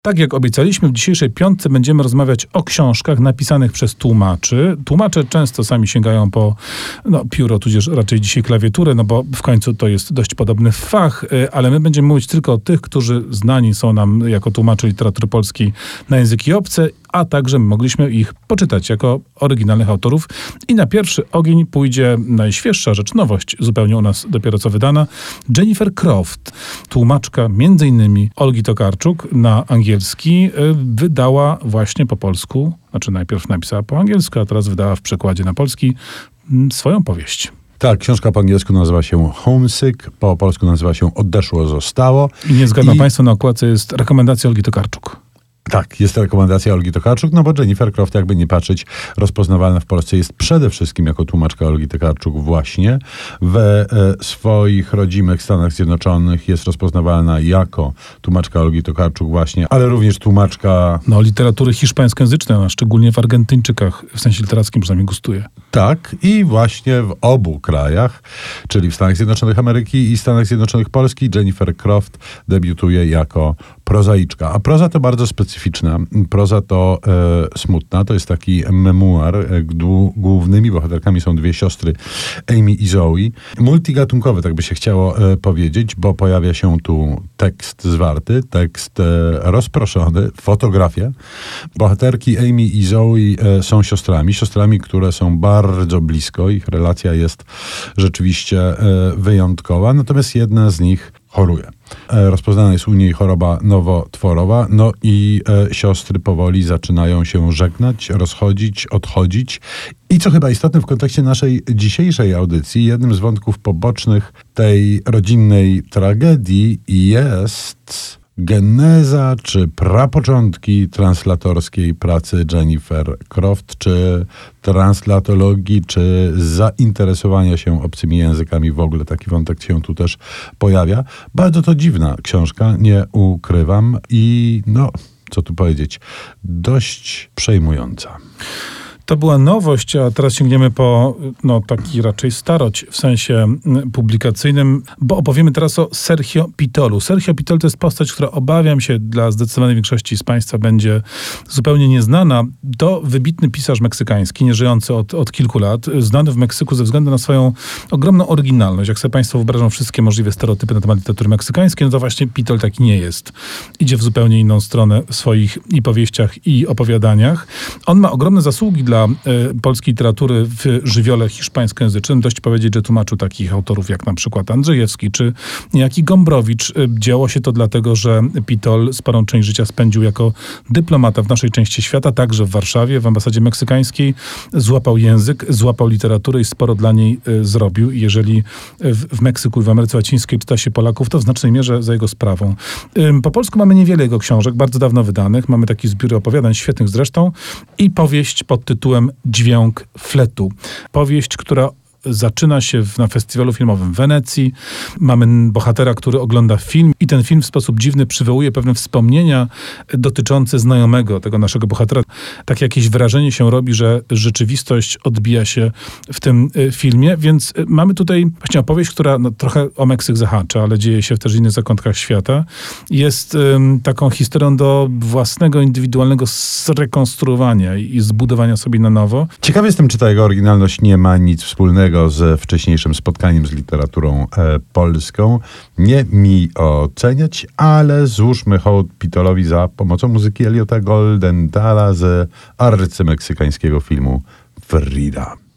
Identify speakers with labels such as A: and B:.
A: Tak jak obiecaliśmy, w dzisiejszej piątce będziemy rozmawiać o książkach napisanych przez tłumaczy. Tłumacze często sami sięgają po pióro, tudzież raczej dzisiaj klawiaturę, bo w końcu to jest dość podobny fach, ale my będziemy mówić tylko o tych, którzy znani są nam jako tłumacze literatury polskiej na języki obce, a także mogliśmy ich poczytać jako oryginalnych autorów. I na pierwszy ogień pójdzie najświeższa rzecz, nowość zupełnie u nas dopiero co wydana, Jennifer Croft, tłumaczka m.in. Olgi Tokarczuk na angielski, wydała właśnie po polsku, najpierw napisała po angielsku, a teraz wydała w przekładzie na polski swoją powieść.
B: Tak, książka po angielsku nazywa się Homesick, po polsku nazywa się Odeszło, zostało.
A: I nie zgadną Państwo, na okładce jest rekomendacja Olgi Tokarczuk.
B: Tak, jest rekomendacja Olgi Tokarczuk, bo Jennifer Croft, jakby nie patrzeć, rozpoznawalna w Polsce jest przede wszystkim jako tłumaczka Olgi Tokarczuk właśnie. We swoich rodzimych Stanach Zjednoczonych jest rozpoznawalna jako tłumaczka Olgi Tokarczuk właśnie, ale również tłumaczka...
A: literatury hiszpańskojęzycznej, ona szczególnie w Argentyńczykach, w sensie literackim przynajmniej gustuje.
B: Tak, i właśnie w obu krajach, czyli w Stanach Zjednoczonych Ameryki i Stanach Zjednoczonych Polski, Jennifer Croft debiutuje jako prozaiczka. A proza to bardzo specyficzna. Proza to smutna. To jest taki memuar. Głównymi bohaterkami są dwie siostry, Amy i Zoe. Multigatunkowy, tak by się chciało powiedzieć, bo pojawia się tu tekst zwarty, tekst rozproszony, fotografia. Bohaterki Amy i Zoe są siostrami, które są bardzo blisko. Ich relacja jest rzeczywiście wyjątkowa. Natomiast jedna z nich choruje. Rozpoznana jest u niej choroba nowotworowa, i siostry powoli zaczynają się żegnać, rozchodzić, odchodzić. I co chyba istotne w kontekście naszej dzisiejszej audycji, jednym z wątków pobocznych tej rodzinnej tragedii jest geneza czy prapoczątki translatorskiej pracy Jennifer Croft, czy translatologii, czy zainteresowania się obcymi językami. W ogóle taki wątek się tu też pojawia. Bardzo to dziwna książka, nie ukrywam. I co tu powiedzieć, dość przejmująca.
A: To była nowość, a teraz sięgniemy po taki raczej starość w sensie publikacyjnym, bo opowiemy teraz o Sergio Pitolu. Sergio Pitol to jest postać, która obawiam się dla zdecydowanej większości z Państwa będzie zupełnie nieznana. To wybitny pisarz meksykański, nieżyjący od kilku lat, znany w Meksyku ze względu na swoją ogromną oryginalność. Jak sobie Państwo wyobrażą wszystkie możliwe stereotypy na temat literatury meksykańskiej, to właśnie Pitol taki nie jest. Idzie w zupełnie inną stronę w swoich i powieściach, i opowiadaniach. On ma ogromne zasługi dla polskiej literatury w żywiole hiszpańskojęzycznym. Dość powiedzieć, że tłumaczył takich autorów jak na przykład Andrzejewski czy niejaki Gombrowicz. Działo się to dlatego, że Pitol sporą część życia spędził jako dyplomata w naszej części świata, także w Warszawie, w ambasadzie meksykańskiej. Złapał język, złapał literaturę i sporo dla niej zrobił. Jeżeli w Meksyku i w Ameryce Łacińskiej czyta się Polaków, to w znacznej mierze za jego sprawą. Po polsku mamy niewiele jego książek, bardzo dawno wydanych. Mamy taki zbiór opowiadań, świetnych zresztą, i powieść pod tytułem Dźwięk fletu. Powieść, która zaczyna się na festiwalu filmowym w Wenecji. Mamy bohatera, który ogląda film i ten film w sposób dziwny przywołuje pewne wspomnienia dotyczące znajomego tego naszego bohatera. Takie jakieś wrażenie się robi, że rzeczywistość odbija się w tym filmie, więc mamy tutaj właśnie opowieść, która trochę o Meksyk zahacza, ale dzieje się w też innych zakątkach świata. Jest taką historią do własnego, indywidualnego zrekonstruowania i zbudowania sobie na nowo.
B: Ciekawy jestem, czy ta jego oryginalność nie ma nic wspólnego z wcześniejszym spotkaniem z literaturą polską. Nie mi oceniać, ale złóżmy hołd Pitolowi za pomocą muzyki Eliota Goldenthala z arcymeksykańskiego filmu Frida.